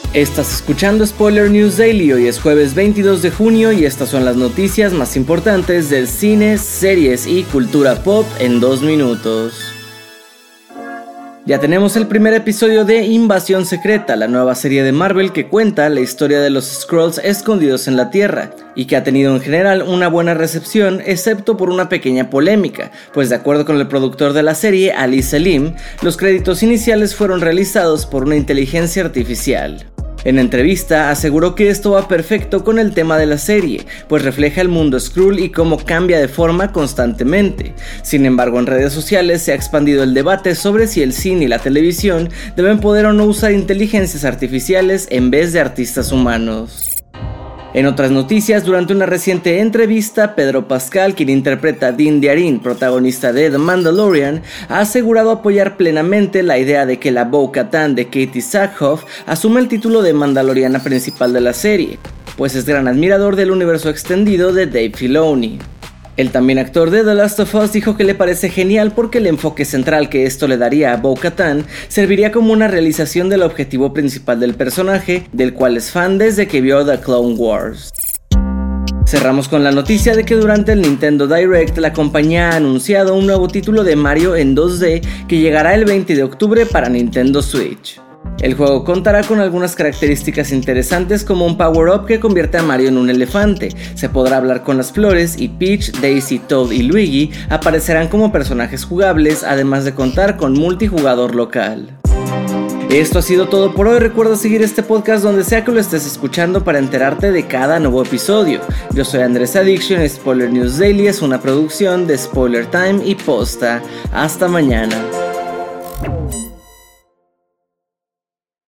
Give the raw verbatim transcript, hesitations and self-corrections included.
Estás escuchando Spoiler News Daily, hoy es jueves veintidós de junio y estas son las noticias más importantes del cine, series y cultura pop en dos minutos. Ya tenemos el primer episodio de Invasión Secreta, la nueva serie de Marvel que cuenta la historia de los Skrulls escondidos en la Tierra, y que ha tenido en general una buena recepción, excepto por una pequeña polémica, pues de acuerdo con el productor de la serie, Ali Selim, los créditos iniciales fueron realizados por una inteligencia artificial. En entrevista aseguró que esto va perfecto con el tema de la serie, pues refleja el mundo Skrull y cómo cambia de forma constantemente. Sin embargo, en redes sociales se ha expandido el debate sobre si el cine y la televisión deben poder o no usar inteligencias artificiales en vez de artistas humanos. En otras noticias, durante una reciente entrevista, Pedro Pascal, quien interpreta a Din Djarin, protagonista de The Mandalorian, ha asegurado apoyar plenamente la idea de que la Bo-Katan de Katee Sackhoff asume el título de Mandaloriana principal de la serie, pues es gran admirador del universo extendido de Dave Filoni. El también actor de The Last of Us dijo que le parece genial porque el enfoque central que esto le daría a Bo-Katan serviría como una realización del objetivo principal del personaje, del cual es fan desde que vio The Clone Wars. Cerramos con la noticia de que durante el Nintendo Direct la compañía ha anunciado un nuevo título de Mario en dos D que llegará el veinte de octubre para Nintendo Switch. El juego contará con algunas características interesantes como un power-up que convierte a Mario en un elefante, se podrá hablar con las flores y Peach, Daisy, Toad y Luigi aparecerán como personajes jugables, además de contar con multijugador local. Esto ha sido todo por hoy. Recuerda seguir este podcast donde sea que lo estés escuchando para enterarte de cada nuevo episodio. Yo soy Andrés Addiction, Spoiler News Daily es una producción de Spoiler Time y Posta. Hasta mañana.